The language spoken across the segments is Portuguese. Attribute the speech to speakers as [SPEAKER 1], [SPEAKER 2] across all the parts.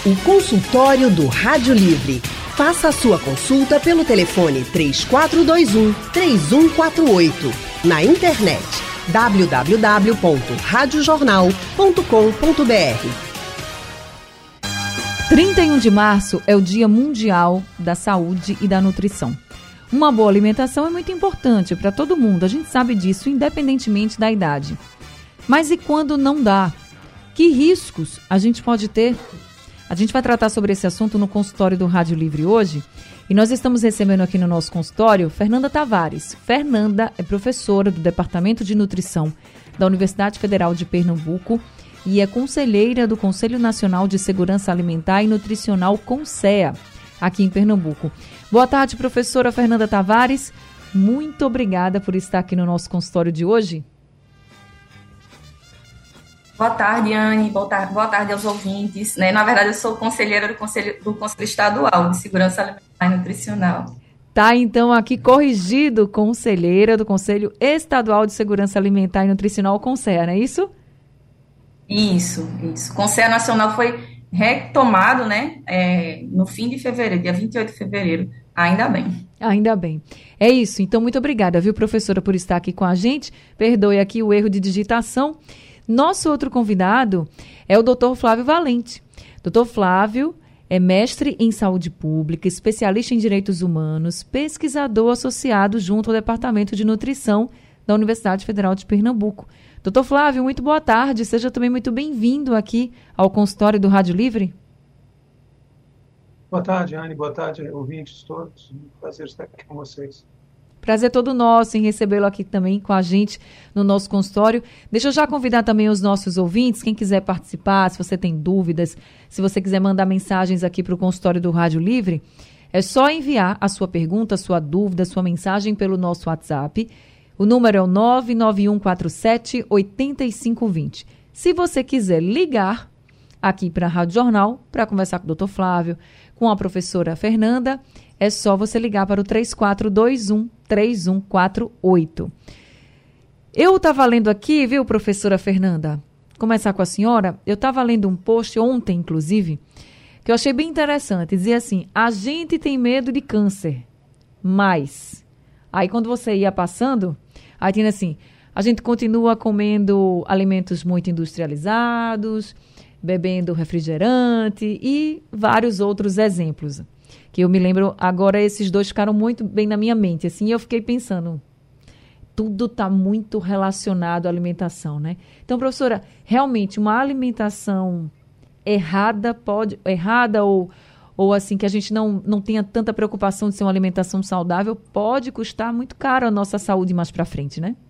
[SPEAKER 1] O consultório do Rádio Livre. Faça a sua consulta pelo telefone 3421-3148. Na internet www.radiojornal.com.br.
[SPEAKER 2] 31 de março é o Dia Mundial da Saúde e da Nutrição. Uma boa alimentação é muito importante para todo mundo, a gente sabe disso, independentemente da idade. Mas e quando não dá? Que riscos a gente pode ter? A gente vai tratar sobre esse assunto no consultório do Rádio Livre hoje. E nós estamos recebendo aqui no nosso consultório Fernanda Tavares. Fernanda é professora do Departamento de Nutrição da Universidade Federal de Pernambuco e é conselheira do Conselho Nacional de Segurança Alimentar e Nutricional, CONSEA, aqui em Pernambuco. Boa tarde, professora Fernanda Tavares. Muito obrigada por estar aqui no nosso consultório de hoje.
[SPEAKER 3] Boa tarde, Anne. Boa tarde aos ouvintes. Na verdade, eu sou conselheira do Conselho Estadual de Segurança Alimentar e Nutricional.
[SPEAKER 2] Tá, então, aqui corrigido, conselheira do Conselho Estadual de Segurança Alimentar e Nutricional, CONSEA, não é isso?
[SPEAKER 3] Isso. CONSEA Nacional foi retomado, no fim de fevereiro, dia 28 de fevereiro. Ainda bem.
[SPEAKER 2] Ainda bem. É isso. Então, muito obrigada, viu, professora, por estar aqui com a gente. Perdoe aqui o erro de digitação. Nosso outro convidado é o Dr. Flávio Valente. Dr. Flávio é mestre em saúde pública, especialista em direitos humanos, pesquisador associado junto ao Departamento de Nutrição da Universidade Federal de Pernambuco. Dr. Flávio, muito boa tarde. Seja também muito bem-vindo aqui ao consultório do Rádio Livre.
[SPEAKER 4] Boa tarde, Anne. Boa tarde, ouvintes todos. Prazer estar aqui com vocês.
[SPEAKER 2] Prazer todo nosso em recebê-lo aqui também com a gente no nosso consultório. Deixa eu já convidar também os nossos ouvintes, quem quiser participar, se você tem dúvidas, se você quiser mandar mensagens aqui para o consultório do Rádio Livre, é só enviar a sua pergunta, a sua dúvida, a sua mensagem pelo nosso WhatsApp. O número é o 99147-8520. Se você quiser ligar aqui para a Rádio Jornal, para conversar com o Dr. Flávio, com a professora Fernanda, é só você ligar para o 3421-3148. Eu estava lendo aqui, viu, professora Fernanda? Começar com a senhora. Eu estava lendo um post ontem, inclusive, que eu achei bem interessante. Dizia assim, a gente tem medo de câncer, mas... Aí quando você ia passando, aí tinha assim, a gente continua comendo alimentos muito industrializados, bebendo refrigerante e vários outros exemplos. Que eu me lembro, agora esses dois ficaram muito bem na minha mente, assim, e eu fiquei pensando, tudo está muito relacionado à alimentação, né? Então, professora, realmente uma alimentação errada ou assim, que a gente não tenha tanta preocupação de ser uma alimentação saudável, pode custar muito caro a nossa saúde mais para frente, né?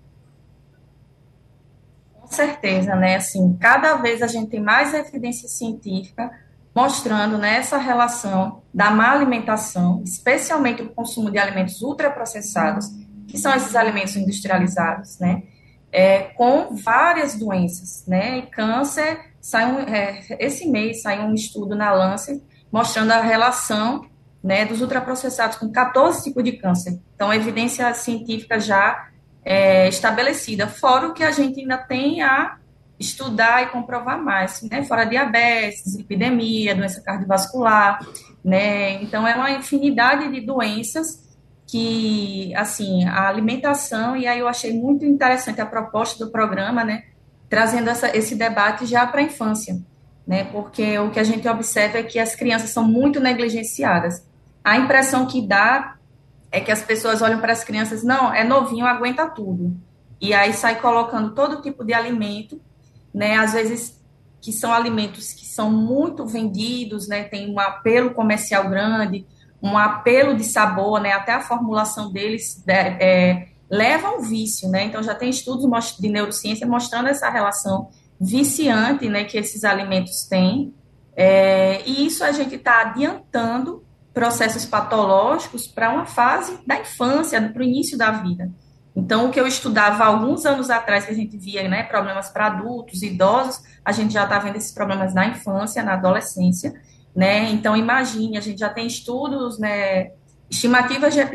[SPEAKER 3] Com certeza, assim, cada vez a gente tem mais evidência científica mostrando, essa relação da má alimentação, especialmente o consumo de alimentos ultraprocessados, que são esses alimentos industrializados, com várias doenças, E câncer, esse mês saiu um estudo na Lancet mostrando a relação, dos ultraprocessados com 14 tipos de câncer. Então, evidência científica já estabelecida, fora o que a gente ainda tem a estudar e comprovar mais, fora diabetes, epidemia, doença cardiovascular, Então, é uma infinidade de doenças que, assim, a alimentação, e aí eu achei muito interessante a proposta do programa, trazendo esse debate já para a infância, porque o que a gente observa é que as crianças são muito negligenciadas. A impressão que dá é que as pessoas olham para as crianças, não, é novinho, aguenta tudo, e aí sai colocando todo tipo de alimento, às vezes que são alimentos que são muito vendidos, tem um apelo comercial grande, um apelo de sabor, até a formulação deles leva ao vício, Então já tem estudos de neurociência mostrando essa relação viciante, que esses alimentos têm, e isso a gente está adiantando processos patológicos para uma fase da infância, para o início da vida. Então, o que eu estudava há alguns anos atrás, que a gente via, problemas para adultos, idosos, a gente já está vendo esses problemas na infância, na adolescência, Então, imagine, a gente já tem estudos, estimativas de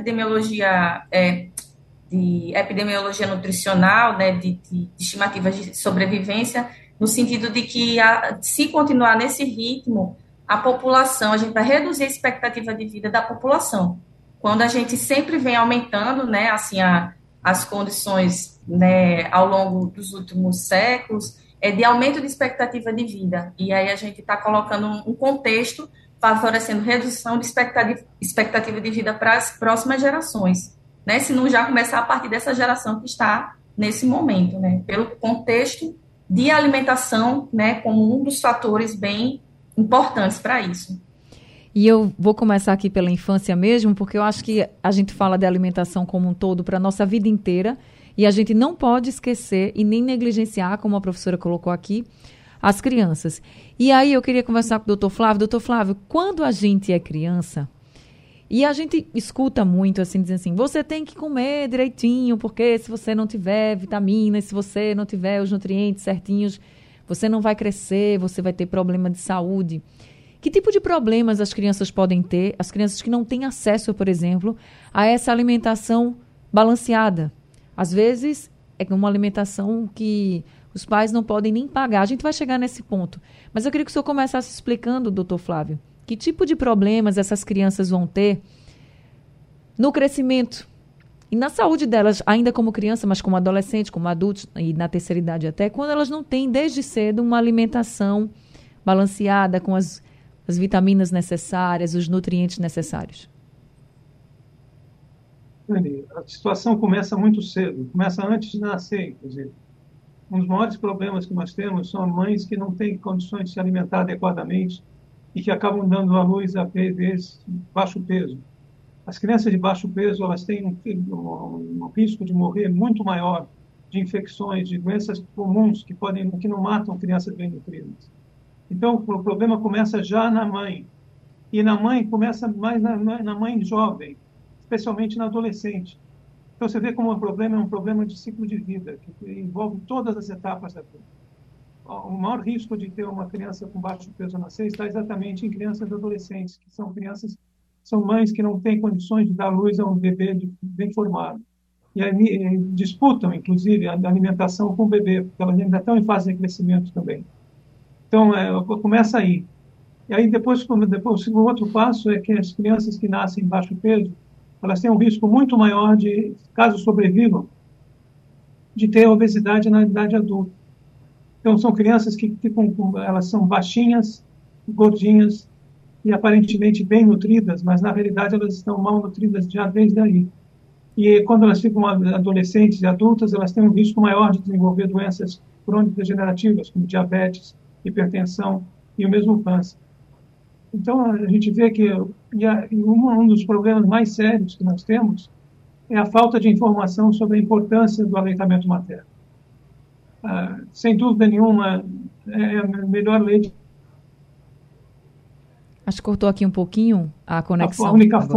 [SPEAKER 3] epidemiologia nutricional, de estimativas de sobrevivência, no sentido de que, se continuar nesse ritmo, a população, a gente vai reduzir a expectativa de vida da população. Quando a gente sempre vem aumentando, né, assim, as condições, né, ao longo dos últimos séculos, de aumento de expectativa de vida. E aí a gente está colocando um contexto favorecendo redução de expectativa de vida para as próximas gerações, né, se não já começar a partir dessa geração que está nesse momento, né, pelo contexto de alimentação, né, como um dos fatores bem importantes para isso.
[SPEAKER 2] E eu vou começar aqui pela infância mesmo, porque eu acho que a gente fala de alimentação como um todo para a nossa vida inteira, e a gente não pode esquecer e nem negligenciar, como a professora colocou aqui, as crianças. E aí eu queria conversar com o doutor Flávio. Doutor Flávio, quando a gente é criança, e a gente escuta muito assim, dizendo assim, você tem que comer direitinho, porque se você não tiver vitaminas, se você não tiver os nutrientes certinhos, você não vai crescer, você vai ter problema de saúde. Que tipo de problemas as crianças podem ter, as crianças que não têm acesso, por exemplo, a essa alimentação balanceada? Às vezes, é uma alimentação que os pais não podem nem pagar. A gente vai chegar nesse ponto. Mas eu queria que o senhor começasse explicando, doutor Flávio, que tipo de problemas essas crianças vão ter no crescimento e na saúde delas, ainda como criança, mas como adolescente, como adulto e na terceira idade até, quando elas não têm, desde cedo, uma alimentação balanceada com as vitaminas necessárias, os nutrientes necessários.
[SPEAKER 4] A situação começa muito cedo, começa antes de nascer, inclusive. Um dos maiores problemas que nós temos são mães que não têm condições de se alimentar adequadamente e que acabam dando à luz a bebês de baixo peso. As crianças de baixo peso, elas têm um risco de morrer muito maior de infecções, de doenças comuns que não matam crianças bem nutridas. Então, o problema começa já na mãe. E na mãe começa mais na mãe jovem, especialmente na adolescente. Então, você vê como o problema é um problema de ciclo de vida, que envolve todas as etapas da vida. O maior risco de ter uma criança com baixo peso nascer está exatamente em crianças e adolescentes, que são mães que não têm condições de dar luz a um bebê bem formado. E aí, disputam, inclusive, a alimentação com o bebê, porque elas ainda estão em fase de crescimento também. Então, começa aí. E aí, depois o outro passo é que as crianças que nascem em baixo peso, elas têm um risco muito maior de, caso sobrevivam, de ter obesidade na idade adulta. Então, são crianças que elas são baixinhas, gordinhas e aparentemente bem nutridas, mas, na realidade, elas estão mal nutridas já desde aí. E quando elas ficam adolescentes e adultas, elas têm um risco maior de desenvolver doenças crônico-degenerativas, como diabetes, hipertensão e o mesmo câncer. Então, a gente vê que um dos problemas mais sérios que nós temos é a falta de informação sobre a importância do aleitamento materno. Sem dúvida nenhuma, é a melhor lei.
[SPEAKER 2] Acho que cortou aqui um pouquinho a conexão.
[SPEAKER 4] A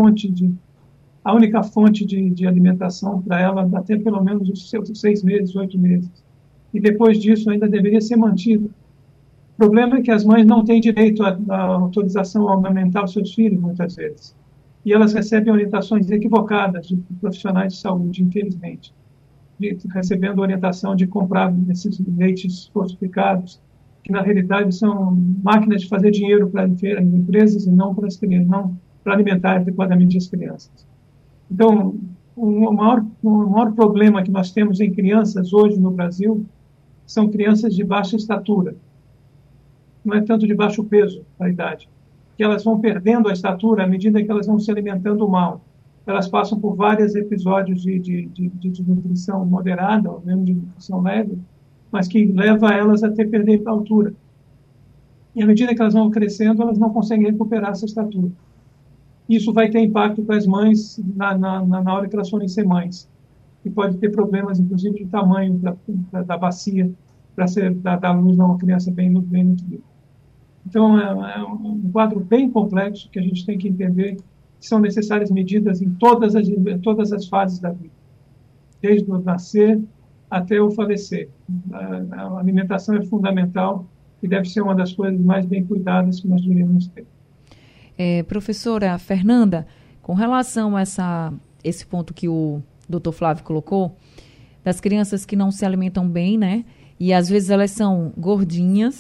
[SPEAKER 4] única fonte de alimentação para ela até pelo menos os 6 meses, 8 meses. E depois disso ainda deveria ser mantido. O problema é que as mães não têm direito à autorização a amamentar os seus filhos, muitas vezes. E elas recebem orientações equivocadas de profissionais de saúde, infelizmente. Recebendo orientação de comprar esses leites fortificados, que na realidade são máquinas de fazer dinheiro para as empresas e não para as crianças, não para alimentar adequadamente as crianças. Então, o maior problema que nós temos em crianças hoje no Brasil são crianças de baixa estatura. Não é tanto de baixo peso a idade, que elas vão perdendo a estatura à medida que elas vão se alimentando mal. Elas passam por vários episódios de nutrição moderada, ou mesmo de nutrição leve, mas que leva elas a perder a altura. E à medida que elas vão crescendo, elas não conseguem recuperar essa estatura. Isso vai ter impacto para as mães na hora que elas forem ser mães. E pode ter problemas, inclusive, de tamanho da bacia, para dar luz a uma criança bem nutrida. Então, é um quadro bem complexo que a gente tem que entender que são necessárias medidas em todas as fases da vida, desde o nascer até o falecer. A alimentação é fundamental e deve ser uma das coisas mais bem cuidadas que nós devemos ter.
[SPEAKER 2] Professora Fernanda, com relação a esse ponto que o doutor Flávio colocou, das crianças que não se alimentam bem, né? E às vezes elas são gordinhas,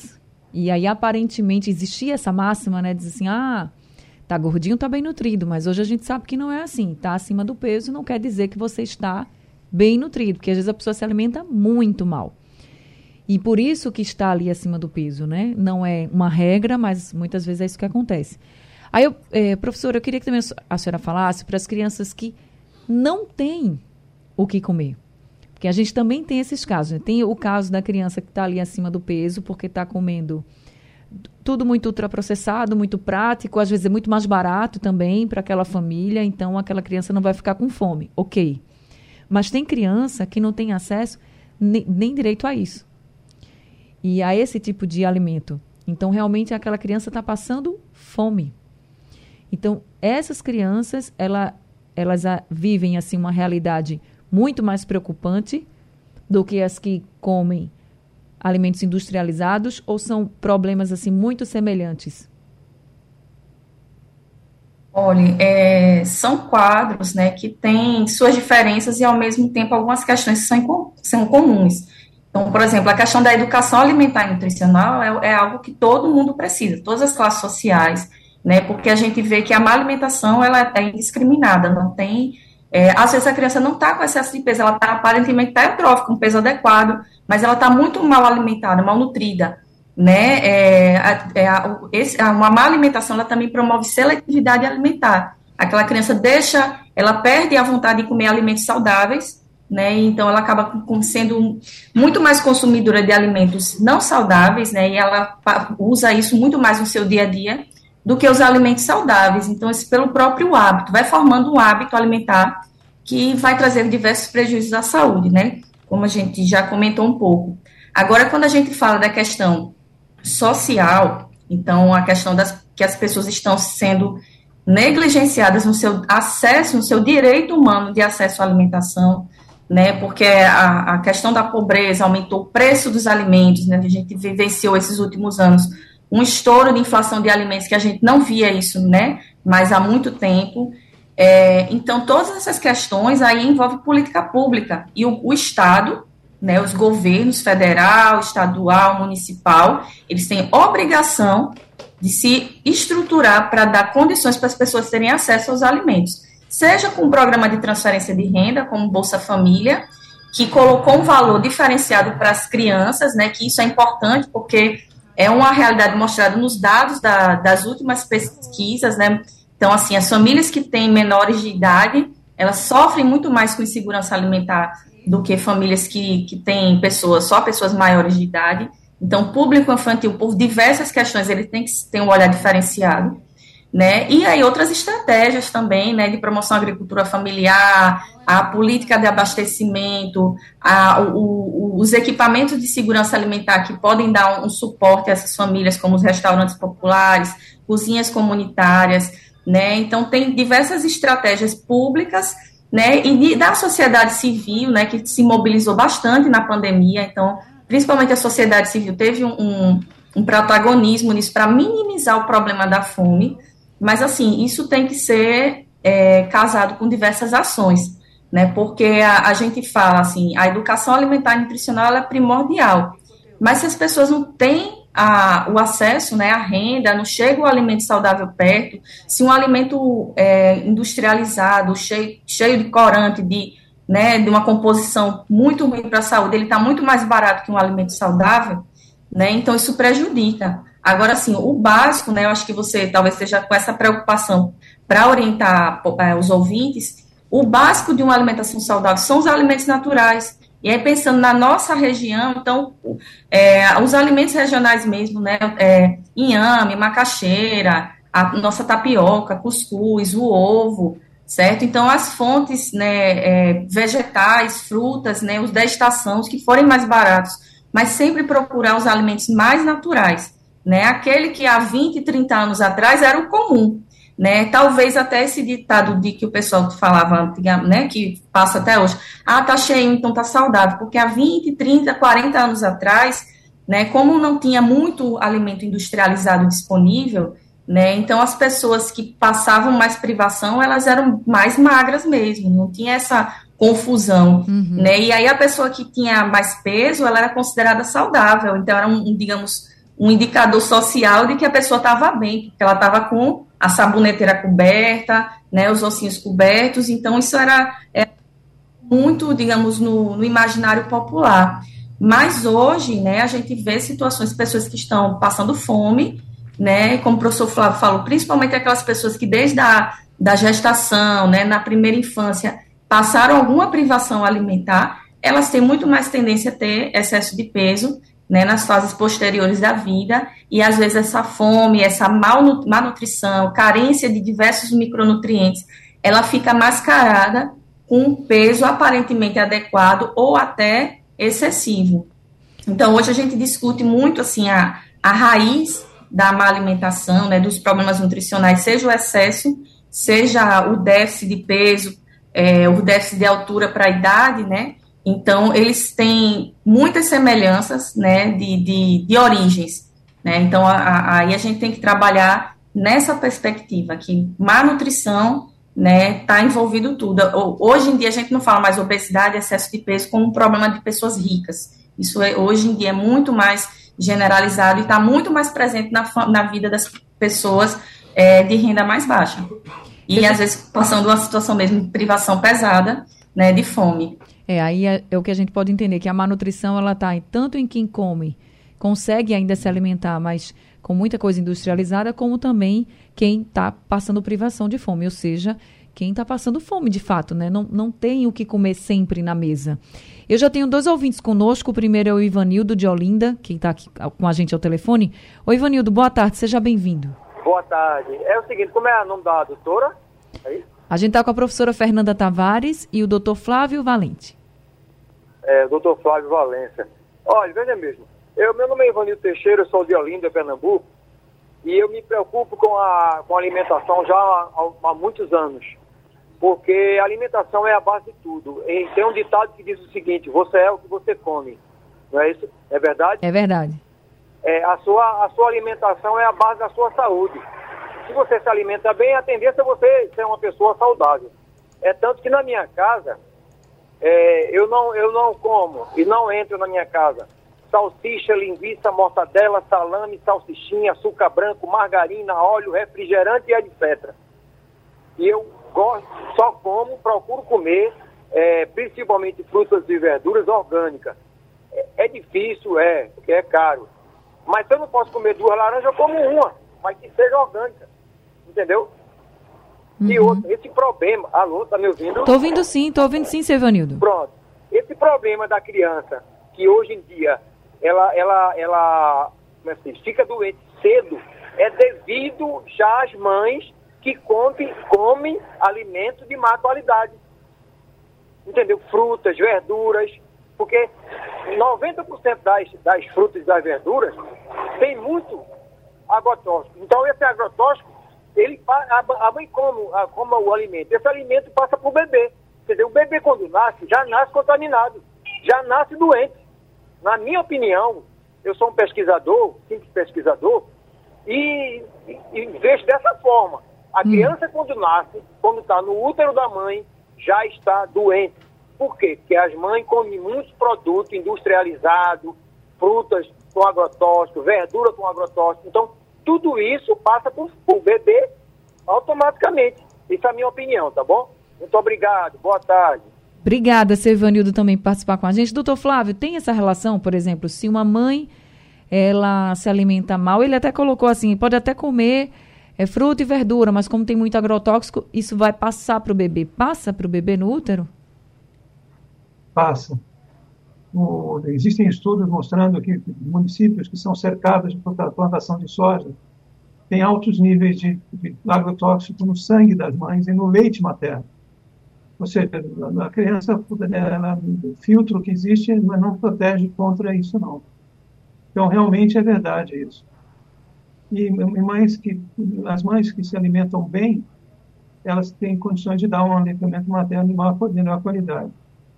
[SPEAKER 2] E aí, aparentemente, existia essa máxima, né? Diz assim, tá gordinho, tá bem nutrido, mas hoje a gente sabe que não é assim. Tá acima do peso não quer dizer que você está bem nutrido, porque às vezes a pessoa se alimenta muito mal. E por isso que está ali acima do peso, né? Não é uma regra, mas muitas vezes é isso que acontece. Aí, professora, eu queria que também a senhora falasse para as crianças que não têm o que comer. Porque a gente também tem esses casos, né? Tem o caso da criança que está ali acima do peso porque está comendo tudo muito ultraprocessado, muito prático, às vezes é muito mais barato também para aquela família, então aquela criança não vai ficar com fome. Ok. Mas tem criança que não tem acesso nem direito a isso. E a esse tipo de alimento. Então, realmente, aquela criança está passando fome. Então, essas crianças, elas vivem, assim, uma realidade muito mais preocupante do que as que comem alimentos industrializados, ou são problemas, assim, muito semelhantes?
[SPEAKER 3] Olha, são quadros, né, que têm suas diferenças e, ao mesmo tempo, algumas questões que são comuns. Então, por exemplo, a questão da educação alimentar e nutricional é algo que todo mundo precisa, todas as classes sociais, né, porque a gente vê que a má alimentação, ela é indiscriminada, não tem, às vezes a criança não está com excesso de peso, ela está aparentemente eutrófica, com peso adequado, mas ela está muito mal alimentada, mal nutrida, né, uma má alimentação, ela também promove seletividade alimentar, aquela criança ela perde a vontade de comer alimentos saudáveis, né, então ela acaba sendo muito mais consumidora de alimentos não saudáveis, né, e ela usa isso muito mais no seu dia a dia do que os alimentos saudáveis. Então, isso pelo próprio hábito, vai formando um hábito alimentar que vai trazer diversos prejuízos à saúde, né, como a gente já comentou um pouco. Agora, quando a gente fala da questão social, então a questão que as pessoas estão sendo negligenciadas no seu acesso, no seu direito humano de acesso à alimentação, né, porque a questão da pobreza aumentou o preço dos alimentos, né, a gente vivenciou esses últimos anos um estouro de inflação de alimentos que a gente não via isso, né, mas há muito tempo. Então, todas essas questões aí envolvem política pública e o Estado, né, os governos federal, estadual, municipal, eles têm obrigação de se estruturar para dar condições para as pessoas terem acesso aos alimentos. Seja com um programa de transferência de renda, como Bolsa Família, que colocou um valor diferenciado para as crianças, né, que isso é importante, porque é uma realidade mostrada nos dados das últimas pesquisas, né, então, assim, as famílias que têm menores de idade, elas sofrem muito mais com insegurança alimentar do que famílias que têm só pessoas maiores de idade. Então, o público infantil, por diversas questões, ele tem que ter um olhar diferenciado, né? E aí outras estratégias também, né, de promoção à agricultura familiar, a política de abastecimento, os equipamentos de segurança alimentar que podem dar um suporte a essas famílias, como os restaurantes populares, cozinhas comunitárias, né? Então tem diversas estratégias públicas, né, e da sociedade civil, né, que se mobilizou bastante na pandemia. Então, principalmente a sociedade civil teve um protagonismo nisso para minimizar o problema da fome. Mas, assim, isso tem que ser casado com diversas ações, né? Porque a gente fala, assim, a educação alimentar e nutricional ela é primordial. Mas se as pessoas não têm o acesso, né, à renda, não chega o alimento saudável perto, se um alimento industrializado, cheio de corante, de uma composição muito ruim para a saúde, ele está muito mais barato que um alimento saudável, né? Então, isso prejudica. Agora, assim, o básico, né, eu acho que você talvez esteja com essa preocupação para orientar os ouvintes, o básico de uma alimentação saudável são os alimentos naturais. E aí, pensando na nossa região, então, os alimentos regionais mesmo, né, inhame, macaxeira, a nossa tapioca, cuscuz, o ovo, certo? Então, as fontes, né, vegetais, frutas, né, os da estação, os que forem mais baratos, mas sempre procurar os alimentos mais naturais, né? Aquele que há 20, 30 anos atrás era o comum, né? Talvez até esse ditado de que o pessoal falava, né, que passa até hoje, tá cheio, então tá saudável, porque há 20, 30, 40 anos atrás, né, como não tinha muito alimento industrializado disponível, né, então as pessoas que passavam mais privação, elas eram mais magras mesmo, não tinha essa confusão, né, e aí a pessoa que tinha mais peso, ela era considerada saudável, então era digamos, um indicador social de que a pessoa estava bem, porque ela estava com a saboneteira coberta, né, os ossinhos cobertos, então isso era muito, digamos, no imaginário popular. Mas hoje, né, a gente vê situações de pessoas que estão passando fome, né, como o professor Flávio falou, principalmente aquelas pessoas que desde da gestação, né, na primeira infância, passaram alguma privação alimentar, elas têm muito mais tendência a ter excesso de peso, né, nas fases posteriores da vida, e às vezes essa fome, essa malnutrição, carência de diversos micronutrientes, ela fica mascarada com um peso aparentemente adequado ou até excessivo. Então, hoje a gente discute muito, assim, a raiz da má alimentação, né, dos problemas nutricionais, seja o excesso, seja o déficit de peso, o déficit de altura para a idade, né. Então, eles têm muitas semelhanças, né, de origens, né. Então, aí a gente tem que trabalhar nessa perspectiva, que má nutrição, né, está envolvido tudo. Hoje em dia a gente não fala mais obesidade, excesso de peso como um problema de pessoas ricas. Isso hoje em dia é muito mais generalizado e está muito mais presente na vida das pessoas de renda mais baixa. E às vezes passando uma situação mesmo de privação pesada, né, de fome.
[SPEAKER 2] Aí é o que a gente pode entender, que a má nutrição ela está tanto em quem come, consegue ainda se alimentar, mas com muita coisa industrializada, como também quem está passando privação de fome, ou seja, quem está passando fome de fato, né? Não tem o que comer sempre na mesa. Eu já tenho 2 ouvintes conosco, o primeiro é o Ivanildo de Olinda, que está aqui com a gente ao telefone. Oi, Ivanildo, boa tarde, seja bem-vindo.
[SPEAKER 5] Boa tarde. É o seguinte, como é o nome da doutora?
[SPEAKER 2] A gente está com a professora Fernanda Tavares e o doutor Flávio Valente.
[SPEAKER 5] Doutor Flávio Valença. Olha, veja mesmo, meu nome é Ivanildo Teixeira, eu sou de Olinda, Pernambuco, e eu me preocupo com a alimentação já há muitos anos, porque a alimentação é a base de tudo. E tem um ditado que diz o seguinte: você é o que você come. Não é isso? É verdade?
[SPEAKER 2] É verdade.
[SPEAKER 5] A sua alimentação é a base da sua saúde. Se você se alimenta bem, a tendência é você ser uma pessoa saudável. É tanto que na minha casa, eu não como e não entro na minha casa salsicha, linguiça, mortadela, salame, salsichinha, açúcar branco, margarina, óleo, refrigerante e etc. E eu procuro comer principalmente frutas e verduras orgânicas. É difícil, porque é caro. Mas se eu não posso comer 2 laranjas, eu como uma, mas que seja orgânica. Entendeu?
[SPEAKER 2] Uhum.
[SPEAKER 5] E outro, esse problema... Alô, tá me ouvindo?
[SPEAKER 2] Tô ouvindo sim, seu Ivanildo.
[SPEAKER 5] Pronto. Esse problema da criança, que hoje em dia ela como é assim, fica doente cedo, é devido já às mães que comem alimentos de má qualidade. Entendeu? Frutas, verduras, porque 90% das frutas e das verduras tem muito agrotóxico. Então, esse agrotóxico, a mãe come o alimento. Esse alimento passa para o bebê. Entendeu? O bebê, quando nasce, já nasce contaminado, já nasce doente. Na minha opinião, eu sou um pesquisador, simples pesquisador, e vejo dessa forma. A criança, quando nasce, quando está no útero da mãe, já está doente. Por quê? Porque as mães comem muitos produtos industrializados, frutas com agrotóxico, verdura com agrotóxico. Então, tudo isso passa para o bebê automaticamente. Isso é a minha opinião, tá bom? Muito obrigado. Boa tarde.
[SPEAKER 2] Obrigada, seu Ivanildo, também por participar com a gente. Doutor Flávio, tem essa relação, por exemplo, se uma mãe ela se alimenta mal, ele até colocou assim, pode até comer fruta e verdura, mas como tem muito agrotóxico, isso vai passar para o bebê. Passa para o bebê no útero?
[SPEAKER 4] Passa. Existem estudos mostrando que municípios que são cercados por plantação de soja têm altos níveis de agrotóxico no sangue das mães e no leite materno. Ou seja, a criança, o filtro que existe não protege contra isso, não. Então, realmente é verdade isso. E as mães que se alimentam bem, elas têm condições de dar um alimento materno de maior qualidade.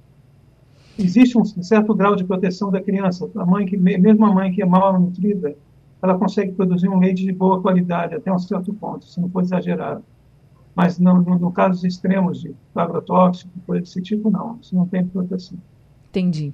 [SPEAKER 4] Existe um certo grau de proteção da criança. Mesmo a mãe que é mal nutrida, ela consegue produzir um leite de boa qualidade até um certo ponto, se não for exagerado. Mas no casos extremos de agrotóxico, coisa desse tipo, não. Isso não tem proteção.
[SPEAKER 2] Entendi.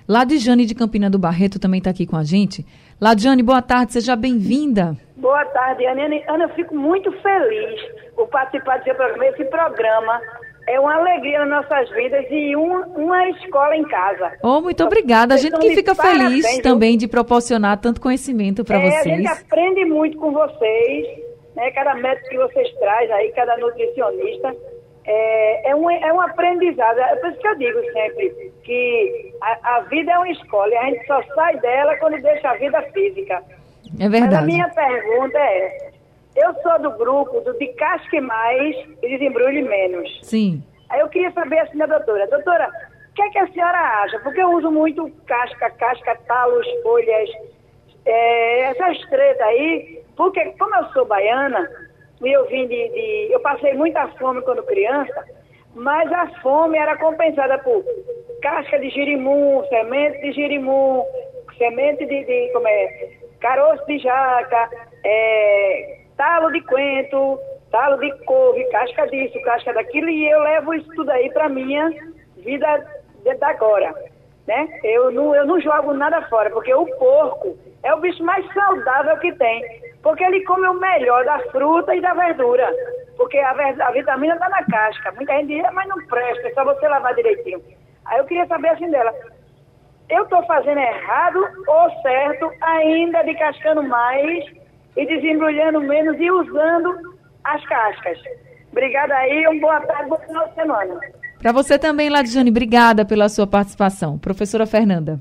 [SPEAKER 2] Ladjane de Campina do Barreto também está aqui com a gente. Ladjane, boa tarde, seja bem-vinda.
[SPEAKER 6] Boa tarde, Ana. Ana, eu fico muito feliz por participar do seu programa. Esse programa é uma alegria nas nossas vidas e uma escola em casa.
[SPEAKER 2] Oh, muito obrigada. A gente que fica feliz também de proporcionar tanto conhecimento para vocês.
[SPEAKER 6] A gente aprende muito com vocês, né? Cada método que vocês trazem aí, cada nutricionista. É um aprendizado. É por isso que eu digo sempre que a vida é uma escola e a gente só sai dela quando deixa a vida física.
[SPEAKER 2] É verdade.
[SPEAKER 6] Mas a minha pergunta é: eu sou do grupo do de casque mais e desembrulhe menos.
[SPEAKER 2] Sim.
[SPEAKER 6] Aí eu queria saber assim da doutora. Doutora, o que é que a senhora acha? Porque eu uso muito casca, talos, folhas, essas tretas aí, porque como eu sou baiana, e eu vim eu passei muita fome quando criança, mas a fome era compensada por casca de girimum, semente de girimum, semente de caroço de jaca, talo de coentro, talo de couve, casca disso, casca daquilo, e eu levo isso tudo aí para minha vida de agora, né? Eu não jogo nada fora, porque o porco é o bicho mais saudável que tem, porque ele come o melhor da fruta e da verdura, porque a vitamina está na casca. Muita gente diz, mas não presta, é só você lavar direitinho. Aí eu queria saber assim dela, eu estou fazendo errado ou certo ainda de cascando mais e desembrulhando menos e usando as cascas? Obrigada aí, boa tarde, bom final de semana.
[SPEAKER 2] Para você também, Ladjane, obrigada pela sua participação. Professora Fernanda.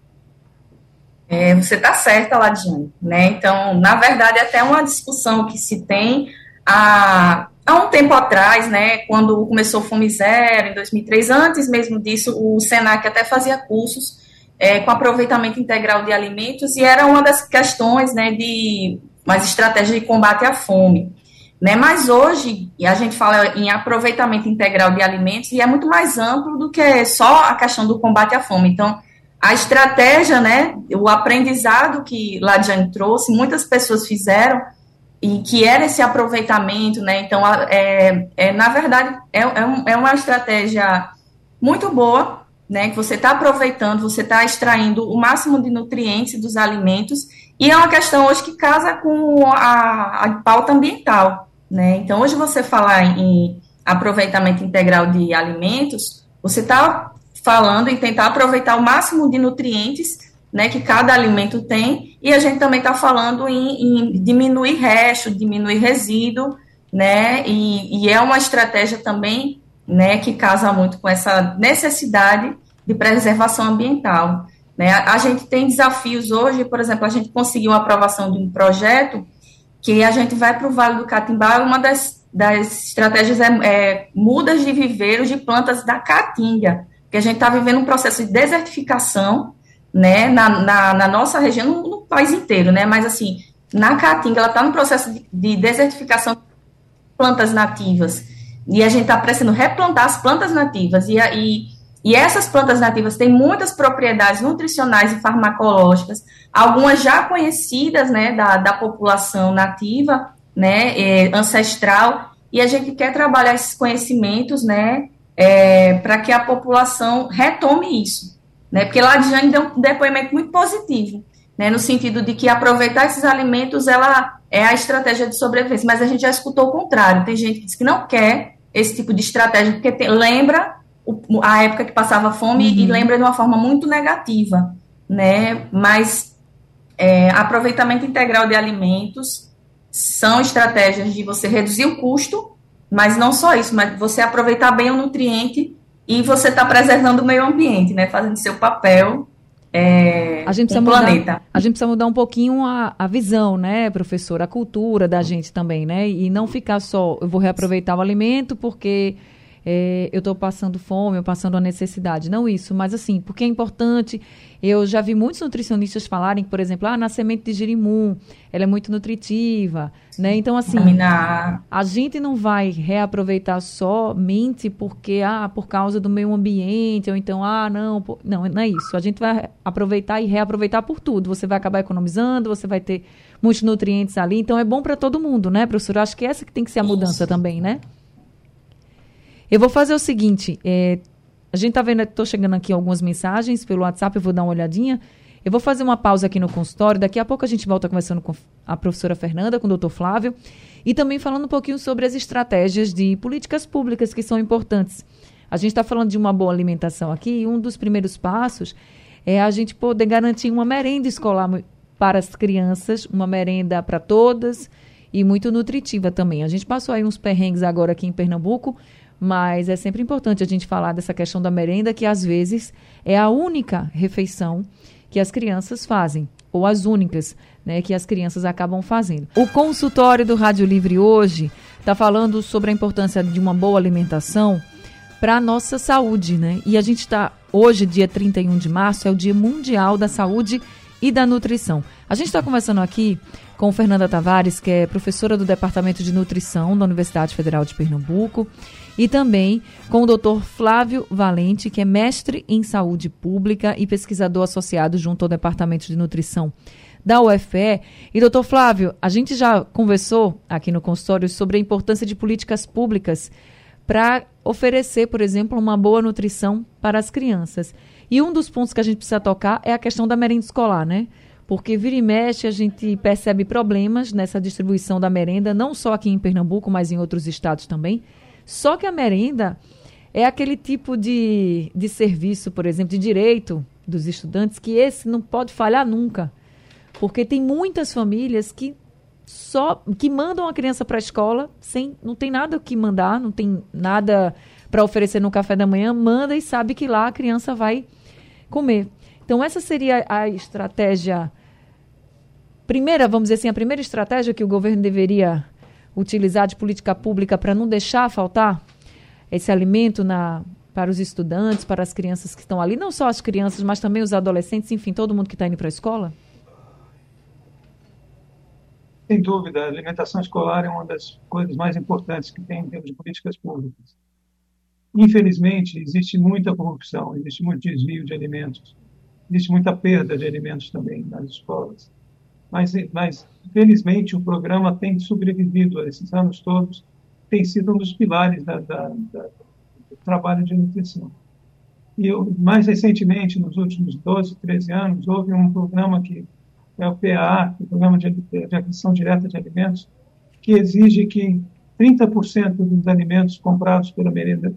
[SPEAKER 3] Você está certa, Ladjane, né? Então, na verdade, é até uma discussão que se tem há um tempo atrás, né, quando começou o Fome Zero, em 2003, antes mesmo disso, o Senac até fazia cursos com aproveitamento integral de alimentos, e era uma das questões, né, de mais estratégia de combate à fome, né? Mas hoje a gente fala em aproveitamento integral de alimentos e é muito mais amplo do que só a questão do combate à fome. Então, a estratégia, né, o aprendizado que Ladjane trouxe, muitas pessoas fizeram, e que era esse aproveitamento, né? Então, na verdade, é uma estratégia muito boa, né? Que você está aproveitando, você está extraindo o máximo de nutrientes dos alimentos, e é uma questão hoje que casa com a pauta ambiental, né? Então, hoje você falar em aproveitamento integral de alimentos, você está falando em tentar aproveitar o máximo de nutrientes, né, que cada alimento tem, e a gente também está falando em diminuir resto, diminuir resíduo, né, e é uma estratégia também, né, que casa muito com essa necessidade de preservação ambiental, né. A gente tem desafios hoje, por exemplo, a gente conseguiu a aprovação de um projeto que a gente vai para o Vale do Catimbá, uma das estratégias mudas de viveiros de plantas da caatinga, porque a gente está vivendo um processo de desertificação, né, na nossa região, no país inteiro, né, mas assim, na Caatinga, ela está no processo de desertificação de plantas nativas, e a gente está precisando replantar as plantas nativas, e essas plantas nativas têm muitas propriedades nutricionais e farmacológicas, algumas já conhecidas, né, da população nativa, né, ancestral, e a gente quer trabalhar esses conhecimentos, né, para que a população retome isso, né, porque Ladjane deu um depoimento muito positivo, né, no sentido de que aproveitar esses alimentos ela é a estratégia de sobrevivência, mas a gente já escutou o contrário, tem gente que diz que não quer esse tipo de estratégia, porque lembra a época que passava fome e lembra de uma forma muito negativa, né, mas aproveitamento integral de alimentos são estratégias de você reduzir o custo, mas não só isso, mas você aproveitar bem o nutriente e você está preservando o meio ambiente, né? Fazendo seu papel no planeta.
[SPEAKER 2] A gente precisa mudar um pouquinho a visão, né, professora? A cultura da gente também, né? E não ficar só, eu vou reaproveitar o alimento porque eu estou passando fome, eu passando a necessidade. Não isso, mas assim, porque é importante. Eu já vi muitos nutricionistas falarem, por exemplo, na semente de girimum, ela é muito nutritiva, né? Então, assim, a gente não vai reaproveitar somente porque, por causa do meio ambiente, ou então, não é isso. A gente vai aproveitar e reaproveitar por tudo. Você vai acabar economizando, você vai ter muitos nutrientes ali, então é bom para todo mundo, né, professora? Acho que essa que tem que ser a mudança também, né? Eu vou fazer o seguinte, A gente está vendo, estou chegando aqui algumas mensagens pelo WhatsApp, eu vou dar uma olhadinha. Eu vou fazer uma pausa aqui no consultório, daqui a pouco a gente volta conversando com a professora Fernanda, com o doutor Flávio, e também falando um pouquinho sobre as estratégias de políticas públicas que são importantes. A gente está falando de uma boa alimentação aqui, e um dos primeiros passos é a gente poder garantir uma merenda escolar para as crianças, uma merenda para todas e muito nutritiva também. A gente passou aí uns perrengues agora aqui em Pernambuco, mas é sempre importante a gente falar dessa questão da merenda, que às vezes é a única refeição que as crianças fazem, ou as únicas, né, que as crianças acabam fazendo. O consultório do Rádio Livre hoje está falando sobre a importância de uma boa alimentação para a nossa saúde, né? E a gente está, hoje, dia 31 de março, é o Dia Mundial da Saúde e da Nutrição. A gente está conversando aqui com Fernanda Tavares, que é professora do Departamento de Nutrição da Universidade Federal de Pernambuco, e também com o doutor Flávio Valente, que é mestre em saúde pública e pesquisador associado junto ao Departamento de Nutrição da UFPE. E, doutor Flávio, a gente já conversou aqui no consultório sobre a importância de políticas públicas para oferecer, por exemplo, uma boa nutrição para as crianças. E um dos pontos que a gente precisa tocar é a questão da merenda escolar, né? Porque vira e mexe a gente percebe problemas nessa distribuição da merenda, não só aqui em Pernambuco, mas em outros estados também. Só que a merenda é aquele tipo de serviço, por exemplo, de direito dos estudantes, que esse não pode falhar nunca. Porque tem muitas famílias que mandam a criança para a escola, não tem nada que mandar, não tem nada para oferecer no café da manhã, manda e sabe que lá a criança vai comer. Então, essa seria a estratégia primeira, vamos dizer assim, a primeira estratégia que o governo deveria utilizar de política pública para não deixar faltar esse alimento para os estudantes, para as crianças que estão ali, não só as crianças, mas também os adolescentes, enfim, todo mundo que está indo para a escola?
[SPEAKER 4] Sem dúvida, a alimentação escolar é uma das coisas mais importantes que tem em termos de políticas públicas. Infelizmente, existe muita corrupção, existe muito desvio de alimentos, existe muita perda de alimentos também nas escolas. Mas felizmente, o programa tem sobrevivido a esses anos todos, tem sido um dos pilares do trabalho de nutrição. E mais recentemente, nos últimos 12, 13 anos, houve um programa que é o PAA, o Programa de Aquisição Direta de Alimentos, que exige que 30% dos alimentos comprados pelos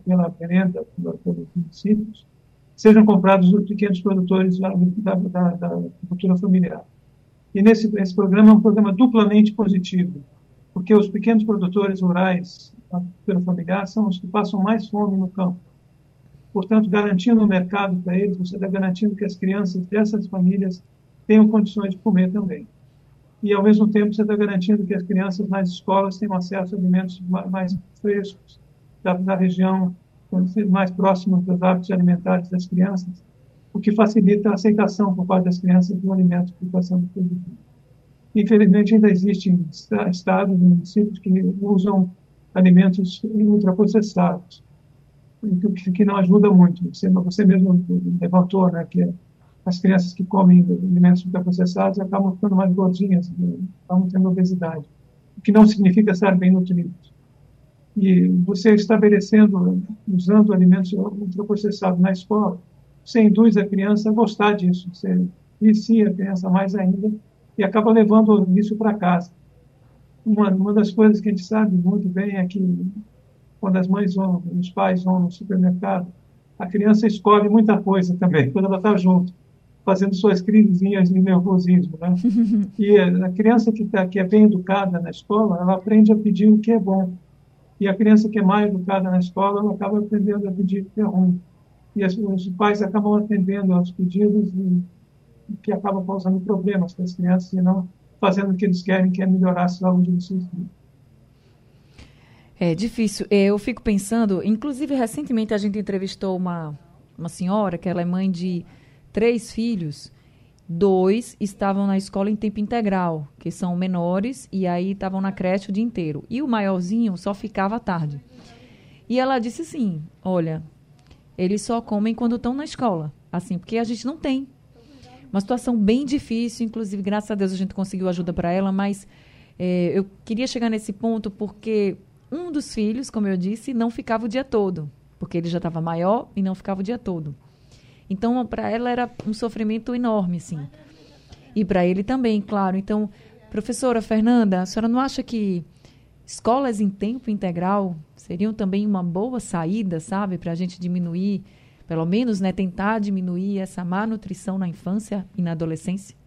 [SPEAKER 4] municípios sejam comprados por pequenos produtores da agricultura familiar. E esse programa é um programa duplamente positivo, porque os pequenos produtores rurais da agricultura familiar são os que passam mais fome no campo. Portanto, garantindo o mercado para eles, você está garantindo que as crianças dessas famílias tenham condições de comer também. E, ao mesmo tempo, você está garantindo que as crianças nas escolas tenham acesso a alimentos mais frescos da região, mais próximos dos hábitos alimentares das crianças, o que facilita a aceitação por parte das crianças do alimento que está sendo produzido. Infelizmente, ainda existem estados e municípios que usam alimentos ultraprocessados, que não ajuda muito. Você mesmo levantou, né, que as crianças que comem alimentos ultraprocessados acabam ficando mais gordinhas, acabam tendo obesidade, o que não significa estar bem nutridos. E você estabelecendo, usando alimentos ultraprocessados na escola, você induz a criança a gostar disso, você vicia a criança mais ainda e acaba levando isso para casa. Uma das coisas que a gente sabe muito bem é que quando as mães vão, os pais vão no supermercado, a criança escolhe muita coisa também, quando ela está junto, fazendo suas crisezinhas de nervosismo, né? E a criança que é bem educada na escola, ela aprende a pedir o que é bom. E a criança que é mal educada na escola, ela acaba aprendendo a pedir o que é ruim. E os pais acabam atendendo aos pedidos que acabam causando problemas para as crianças e não fazendo o que eles querem, que é melhorar a saúde dos seus filhos.
[SPEAKER 2] É difícil. Eu fico pensando, inclusive recentemente a gente entrevistou uma senhora que ela é mãe de 3 filhos, 2 estavam na escola em tempo integral, que são menores, e aí estavam na creche o dia inteiro. E o maiorzinho só ficava à tarde. E ela disse assim, olha, eles só comem quando estão na escola, assim, porque a gente não tem. Uma situação bem difícil, inclusive, graças a Deus a gente conseguiu ajuda para ela, mas eu queria chegar nesse ponto porque um dos filhos, como eu disse, não ficava o dia todo. porque ele já estava maior e não ficava o dia todo. Então, para ela era um sofrimento enorme, assim. E para ele também, claro. Então, professora Fernanda, a senhora não acha que escolas em tempo integral seriam também uma boa saída, sabe, para a gente diminuir, pelo menos, né, tentar diminuir essa má nutrição na infância e na adolescência?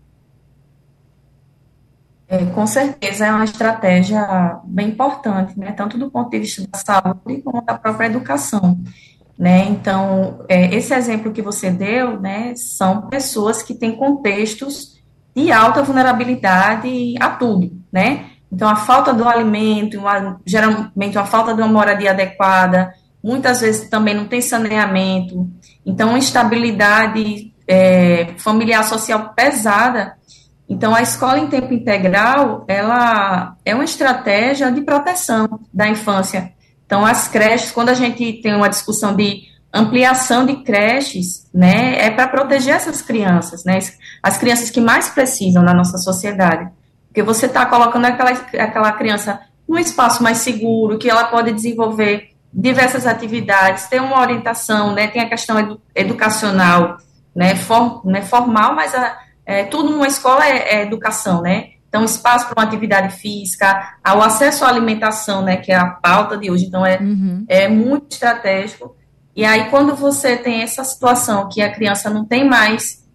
[SPEAKER 3] Com certeza é uma estratégia bem importante, né, tanto do ponto de vista da saúde como da própria educação, né. Então, esse exemplo que você deu, né, são pessoas que têm contextos de alta vulnerabilidade a tudo, né. Então, a falta do alimento, geralmente a falta de uma moradia adequada, muitas vezes também não tem saneamento, então, instabilidade familiar social pesada. Então, a escola em tempo integral, ela é uma estratégia de proteção da infância. Então, as creches, quando a gente tem uma discussão de ampliação de creches, né, é para proteger essas crianças, né, as crianças que mais precisam na nossa sociedade. Porque você está colocando aquela criança num espaço mais seguro, que ela pode desenvolver diversas atividades, ter uma orientação, né, tem a questão educacional, né, formal, mas tudo numa escola é educação, né? Então, espaço para uma atividade física, o acesso à alimentação, né, que é a pauta de hoje, então é muito estratégico. E aí, quando você tem essa situação que a criança não tem mais,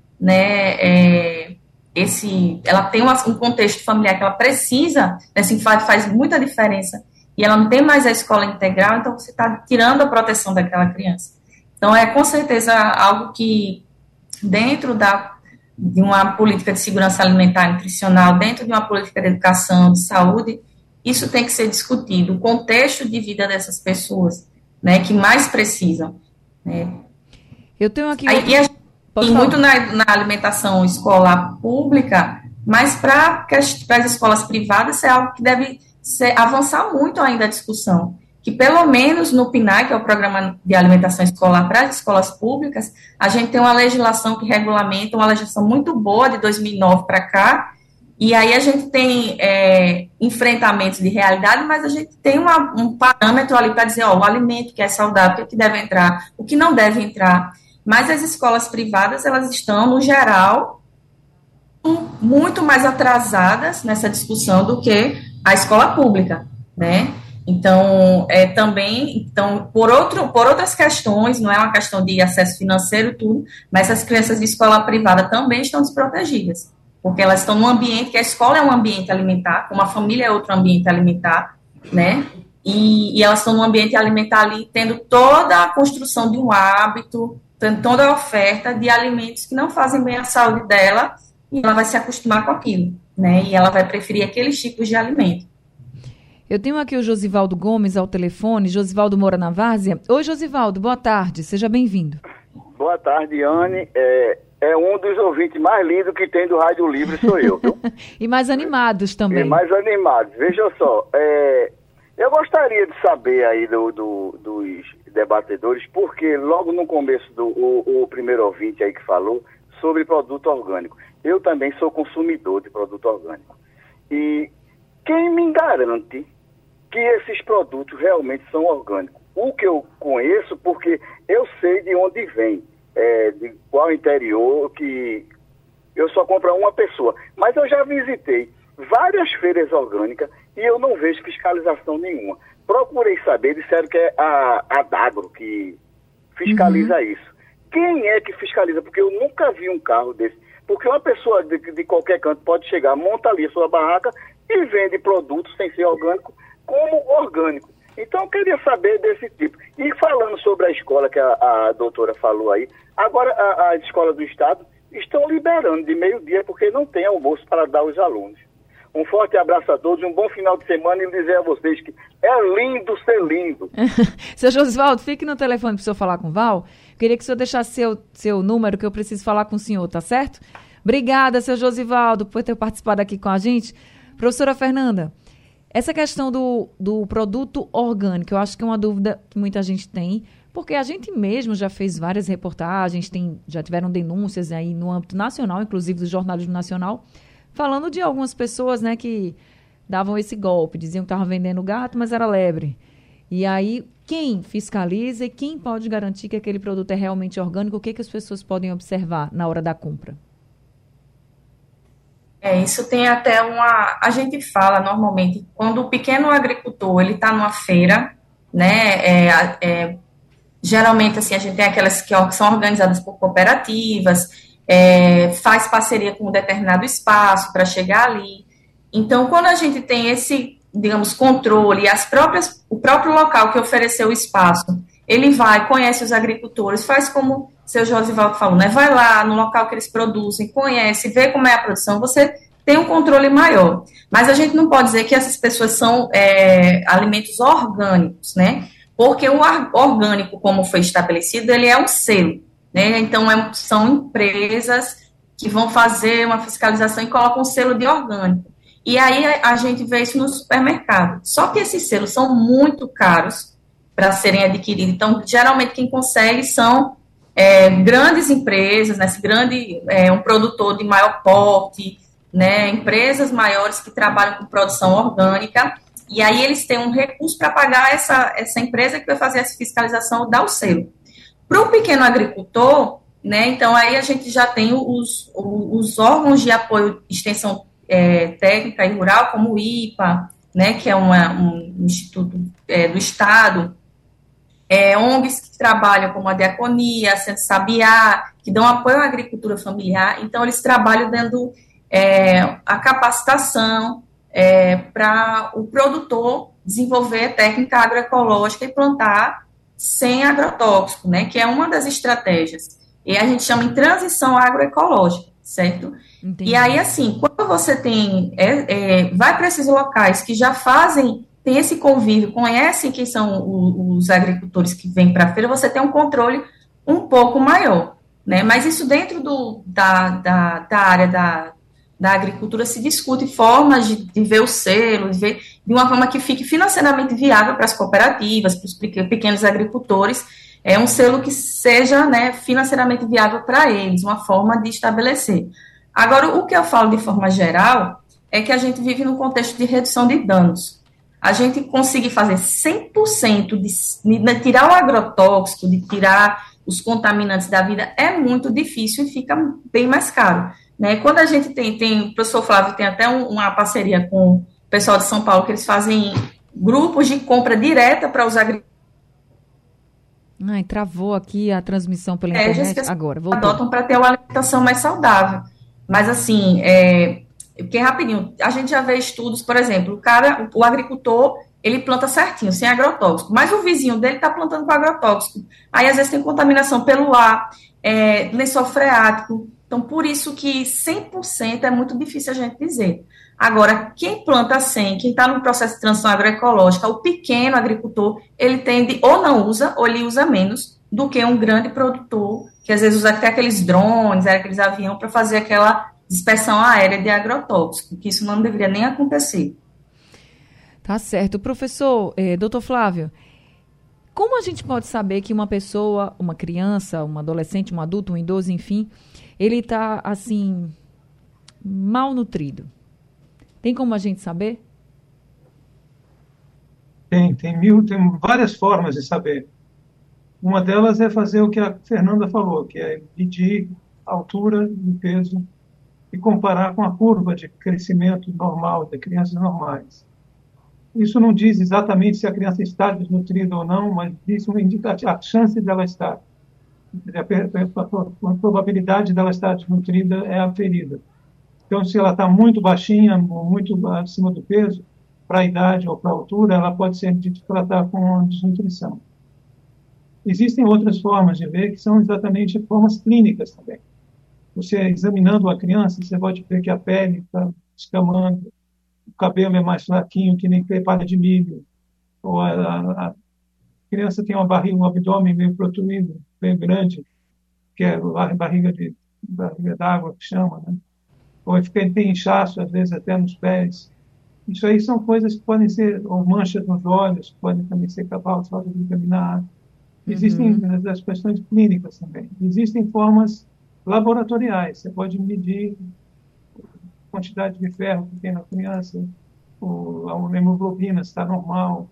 [SPEAKER 3] né, ela tem um contexto familiar que ela precisa, né, assim, faz muita diferença, e ela não tem mais a escola integral, então você está tirando a proteção daquela criança. Então, com certeza algo que, dentro de uma política de segurança alimentar e nutricional, dentro de uma política de educação, de saúde, isso tem que ser discutido, o contexto de vida dessas pessoas, né, que mais precisam. Né.
[SPEAKER 2] Eu tenho aqui...
[SPEAKER 3] E muito na alimentação escolar pública, mas para as escolas privadas é algo que deve avançar muito ainda a discussão. Que pelo menos no PNAE, que é o Programa de Alimentação Escolar para as escolas públicas, a gente tem uma legislação que regulamenta, uma legislação muito boa de 2009 para cá, e aí a gente tem enfrentamentos de realidade, mas a gente tem um parâmetro ali para dizer, o alimento que é saudável, o que deve entrar, o que não deve entrar. Mas as escolas privadas, elas estão, no geral, muito mais atrasadas nessa discussão do que a escola pública, né? Então, por outras questões, não é uma questão de acesso financeiro e tudo, mas as crianças de escola privada também estão desprotegidas, porque elas estão num ambiente, que a escola é um ambiente alimentar, como a família é outro ambiente alimentar, né, e elas estão num ambiente alimentar ali, tendo toda a construção de um hábito, tendo toda a oferta de alimentos que não fazem bem à saúde dela, e ela vai se acostumar com aquilo, né, e ela vai preferir aqueles tipos de alimento.
[SPEAKER 2] Eu tenho aqui o Josivaldo Gomes ao telefone. Josivaldo mora na Várzea. Oi, Josivaldo, boa tarde, seja bem-vindo.
[SPEAKER 7] Boa tarde, Anne. É um dos ouvintes mais lindos que tem do Rádio Livre, sou eu, viu?
[SPEAKER 2] E mais animados também.
[SPEAKER 7] E mais animados. Veja só, eu gostaria de saber aí dos debatedores, porque logo no começo o primeiro ouvinte aí que falou sobre produto orgânico. Eu também sou consumidor de produto orgânico. E quem me garante que esses produtos realmente são orgânicos? O que eu conheço, porque eu sei de onde vem, de qual interior, que eu só compro uma pessoa. Mas eu já visitei várias feiras orgânicas e eu não vejo fiscalização nenhuma. Procurei saber, disseram que é a Dagro que fiscaliza isso. Quem é que fiscaliza? Porque eu nunca vi um carro desse. Porque uma pessoa de qualquer canto pode chegar, monta ali a sua barraca e vende produtos sem ser orgânico como orgânico. Então eu queria saber desse tipo. E falando sobre a escola que a doutora falou aí, agora as escolas do estado estão liberando de meio-dia porque não tem almoço para dar aos alunos. Um forte abraço a todos, um bom final de semana e dizer a vocês que é lindo ser lindo.
[SPEAKER 2] Seu Josivaldo, fique no telefone para o senhor falar com o Val. Queria que o senhor deixasse seu número, que eu preciso falar com o senhor, tá certo? Obrigada, seu Josivaldo, por ter participado aqui com a gente. Professora Fernanda, essa questão do produto orgânico, eu acho que é uma dúvida que muita gente tem, porque a gente mesmo já fez várias reportagens, já tiveram denúncias aí no âmbito nacional, inclusive do jornalismo nacional, falando de algumas pessoas, né, que davam esse golpe, diziam que estavam vendendo gato, mas era lebre. E aí, quem fiscaliza e quem pode garantir que aquele produto é realmente orgânico? O que as pessoas podem observar na hora da compra?
[SPEAKER 3] Isso tem até a gente fala normalmente, quando o pequeno agricultor, ele está numa feira, né, geralmente, assim, a gente tem aquelas que são organizadas por cooperativas, faz parceria com um determinado espaço para chegar ali. Então, quando a gente tem esse, digamos, controle, o próprio local que ofereceu o espaço, ele vai, conhece os agricultores, faz como o seu Josivaldo falou, né? Vai lá no local que eles produzem, conhece, vê como é a produção, você tem um controle maior. Mas a gente não pode dizer que essas pessoas são alimentos orgânicos, né? Porque o orgânico, como foi estabelecido, ele é um selo, né? Então, são empresas que vão fazer uma fiscalização e colocam um selo de orgânico. E aí a gente vê isso no supermercado. Só que esses selos são muito caros para serem adquiridos. Então, geralmente, quem consegue são grandes empresas, né? Um produtor de maior porte, né? Empresas maiores que trabalham com produção orgânica. E aí eles têm um recurso para pagar essa empresa que vai fazer essa fiscalização, dar o selo. Para o pequeno agricultor, né, então aí a gente já tem os órgãos de apoio de extensão técnica e rural, como o IPA, né, que é um instituto do Estado, ONGs que trabalham como a Diaconia, a Centro Sabiá, que dão apoio à agricultura familiar. Então eles trabalham dando a capacitação, para o produtor desenvolver técnica agroecológica e plantar sem agrotóxico, né, que é uma das estratégias. E a gente chama em transição agroecológica, certo? Entendi. E aí, assim, quando você vai para esses locais que já tem esse convívio, conhecem quem são os agricultores que vêm para a feira, você tem um controle um pouco maior, né? Mas isso dentro da área da agricultura se discute formas de ver o selo, de ver de uma forma que fique financeiramente viável para as cooperativas, para os pequenos agricultores, um selo que seja, né, financeiramente viável para eles, uma forma de estabelecer. Agora, o que eu falo de forma geral é que a gente vive num contexto de redução de danos. A gente conseguir fazer 100% de tirar o agrotóxico, de tirar os contaminantes da vida, é muito difícil e fica bem mais caro. Né? Quando a gente o professor Flávio tem até uma parceria com o pessoal de São Paulo, que eles fazem grupos de compra direta para os agricultores.
[SPEAKER 2] Travou aqui a transmissão pela internet agora. Voltou.
[SPEAKER 3] Adotam para ter uma alimentação mais saudável. Mas, assim, porque rapidinho, a gente já vê estudos, por exemplo, o agricultor, ele planta certinho, sem agrotóxico, mas o vizinho dele está plantando com agrotóxico. Aí, às vezes, tem contaminação pelo ar, lençol freático. Então, por isso que 100% é muito difícil a gente dizer. Agora, quem planta sem, quem está no processo de transição agroecológica, o pequeno agricultor, ele tende ou não usa, ou ele usa menos do que um grande produtor, que às vezes usa até aqueles drones, aqueles aviões, para fazer aquela dispersão aérea de agrotóxico, que isso não deveria nem acontecer.
[SPEAKER 2] Tá certo. Professor, doutor Flávio, como a gente pode saber que uma pessoa, uma criança, um adolescente, um adulto, um idoso, enfim, ele está, assim, mal nutrido? Tem como a gente saber?
[SPEAKER 4] Tem várias formas de saber. Uma delas é fazer o que a Fernanda falou, que é medir a altura e o peso e comparar com a curva de crescimento normal de crianças normais. Isso não diz exatamente se a criança está desnutrida ou não, mas isso indica a chance dela estar. A probabilidade dela estar desnutrida é aferida. Então, se ela está muito baixinha, muito acima do peso, para a idade ou para a altura, ela pode ser tratada com desnutrição. Existem outras formas de ver, que são exatamente formas clínicas também. Você, examinando a criança, você pode ver que a pele está escamando, o cabelo é mais fraquinho, que nem pepada de milho, ou a criança tem uma barriga, um abdômen meio protruído, meio grande, que é a barriga d'água, que chama, né? Ou tem inchaço, às vezes até nos pés. Isso aí são coisas que podem ser, ou manchas nos olhos, podem também ser falta de vitamina A. Existem as questões clínicas também. Existem formas laboratoriais. Você pode medir a quantidade de ferro que tem na criança, a hemoglobina está normal,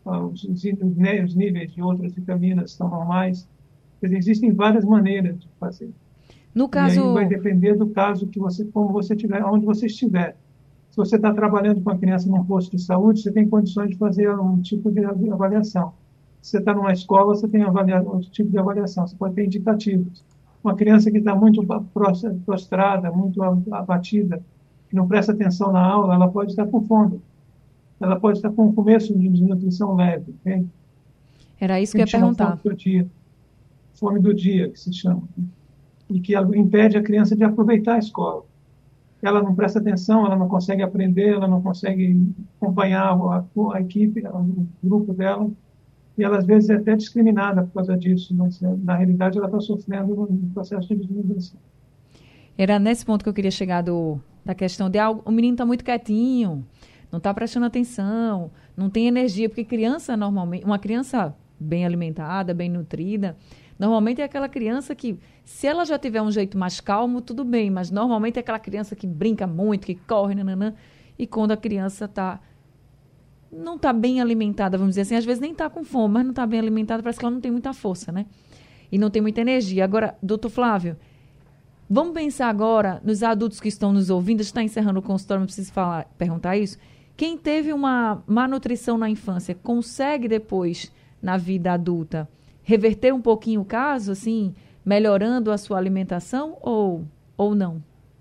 [SPEAKER 4] os níveis de outras vitaminas estão normais. Quer dizer, existem várias maneiras de fazer.
[SPEAKER 2] No caso...
[SPEAKER 4] E aí vai depender do caso que você, como você tiver, onde você estiver. Se você está trabalhando com a criança num posto de saúde, você tem condições de fazer um tipo de avaliação. Se você está numa escola, você tem outro tipo de avaliação. Você pode ter indicativos. Uma criança que está muito prostrada, muito abatida, que não presta atenção na aula, ela pode estar com fome. Ela pode estar com um começo de desnutrição leve. Okay?
[SPEAKER 2] Era isso que eu ia perguntar.
[SPEAKER 4] Fome do dia, que se chama. E que impede a criança de aproveitar a escola. Ela não presta atenção, ela não consegue aprender, ela não consegue acompanhar a equipe, o grupo dela, e ela às vezes é até discriminada por causa disso, mas na realidade ela está sofrendo um processo de desnutrição.
[SPEAKER 2] Era nesse ponto que eu queria chegar da questão de o menino está muito quietinho, não está prestando atenção, não tem energia, porque criança normalmente, uma criança bem alimentada, bem nutrida, normalmente é aquela criança que, se ela já tiver um jeito mais calmo, tudo bem, mas normalmente é aquela criança que brinca muito, que corre, nananã, e quando a criança não está bem alimentada, vamos dizer assim, às vezes nem está com fome, mas não está bem alimentada, parece que ela não tem muita força, né? E não tem muita energia. Agora, doutor Flávio, vamos pensar agora nos adultos que estão nos ouvindo, está encerrando o consultório, não preciso perguntar isso. Quem teve uma má nutrição na infância, consegue depois, na vida adulta, reverter um pouquinho o caso, assim, melhorando a sua alimentação ou não?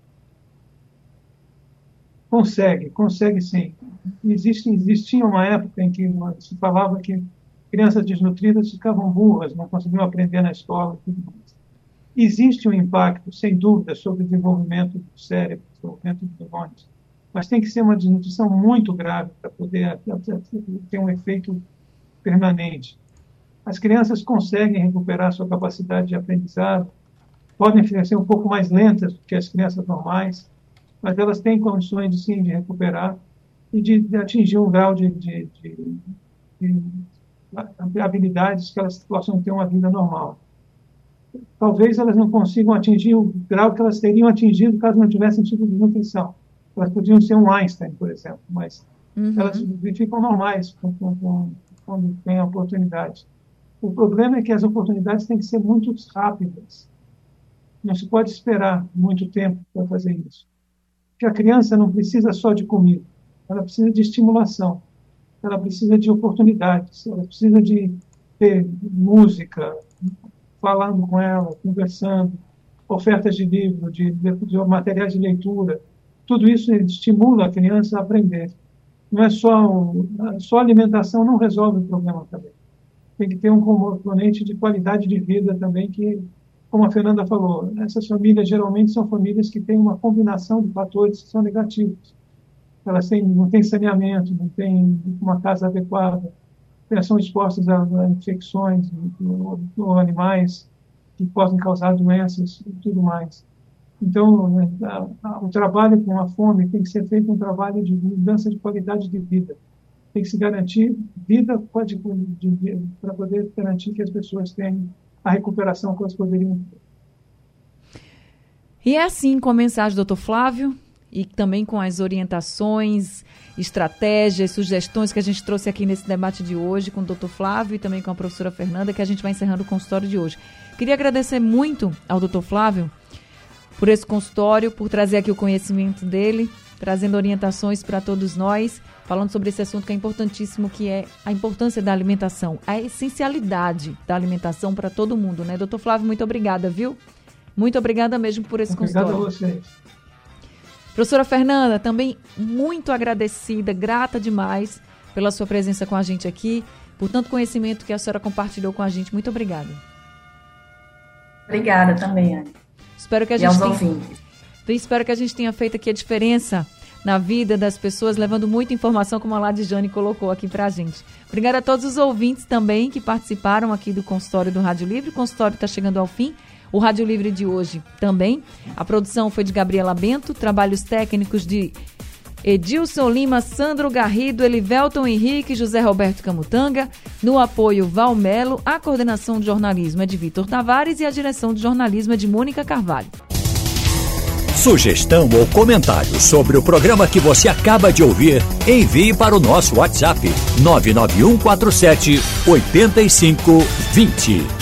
[SPEAKER 4] Consegue sim. Existia uma época em que se falava que crianças desnutridas ficavam burras, não conseguiam aprender na escola e tudo mais. Existe um impacto, sem dúvida, sobre o desenvolvimento do cérebro, desenvolvimento dos neurônios, mas tem que ser uma desnutrição muito grave para poder ter um efeito permanente. As crianças conseguem recuperar sua capacidade de aprendizado, podem ser um pouco mais lentas do que as crianças normais, mas elas têm condições, sim, de recuperar e de atingir um grau de habilidades que elas possam ter uma vida normal. Talvez elas não consigam atingir o grau que elas teriam atingido caso não tivessem tido nutrição. Elas podiam ser um Einstein, por exemplo, mas elas ficam normais quando têm a oportunidade. O problema é que as oportunidades têm que ser muito rápidas. Não se pode esperar muito tempo para fazer isso. Porque a criança não precisa só de comida, ela precisa de estimulação, ela precisa de oportunidades, ela precisa de ter música, falando com ela, conversando, ofertas de livro, de materiais de leitura. Tudo isso estimula a criança a aprender. Não é só alimentação não resolve o problema também. Tem que ter um componente de qualidade de vida também, que, como a Fernanda falou, essas famílias geralmente são famílias que têm uma combinação de fatores que são negativos. Elas não têm saneamento, não têm uma casa adequada, são expostas a infecções ou animais que podem causar doenças e tudo mais. Então, o trabalho com a fome tem que ser feito um trabalho de mudança de qualidade de vida. Tem que se garantir vida para poder garantir que as pessoas tenham a recuperação que elas poderiam ter.
[SPEAKER 2] E é assim com a mensagem do Dr. Flávio e também com as orientações, estratégias, sugestões que a gente trouxe aqui nesse debate de hoje com o Dr. Flávio e também com a professora Fernanda, que a gente vai encerrando o consultório de hoje. Queria agradecer muito ao Dr. Flávio por esse consultório, por trazer aqui o conhecimento dele, trazendo orientações para todos nós, falando sobre esse assunto que é importantíssimo, que é a importância da alimentação, a essencialidade da alimentação para todo mundo, né? Doutor Flávio, muito obrigada, viu? Muito obrigada mesmo por esse consultório.
[SPEAKER 4] Obrigado a vocês.
[SPEAKER 2] Professora Fernanda, também muito agradecida, grata demais pela sua presença com a gente aqui, por tanto conhecimento que a senhora compartilhou com a gente. Muito obrigada.
[SPEAKER 3] Obrigada também, Anne.
[SPEAKER 2] Espero que a gente tenha feito aqui a diferença na vida das pessoas, levando muita informação, como a Ladijane colocou aqui pra gente. Obrigada a todos os ouvintes também que participaram aqui do consultório do Rádio Livre. O consultório está chegando ao fim. O Rádio Livre de hoje também. A produção foi de Gabriela Bento, trabalhos técnicos de Edilson Lima, Sandro Garrido, Elivelton Henrique, José Roberto Camutanga. No apoio, Valmelo. A coordenação de jornalismo é de Vitor Tavares e a direção de jornalismo é de Mônica Carvalho.
[SPEAKER 8] Sugestão ou comentário sobre o programa que você acaba de ouvir, envie para o nosso WhatsApp 99147 8520.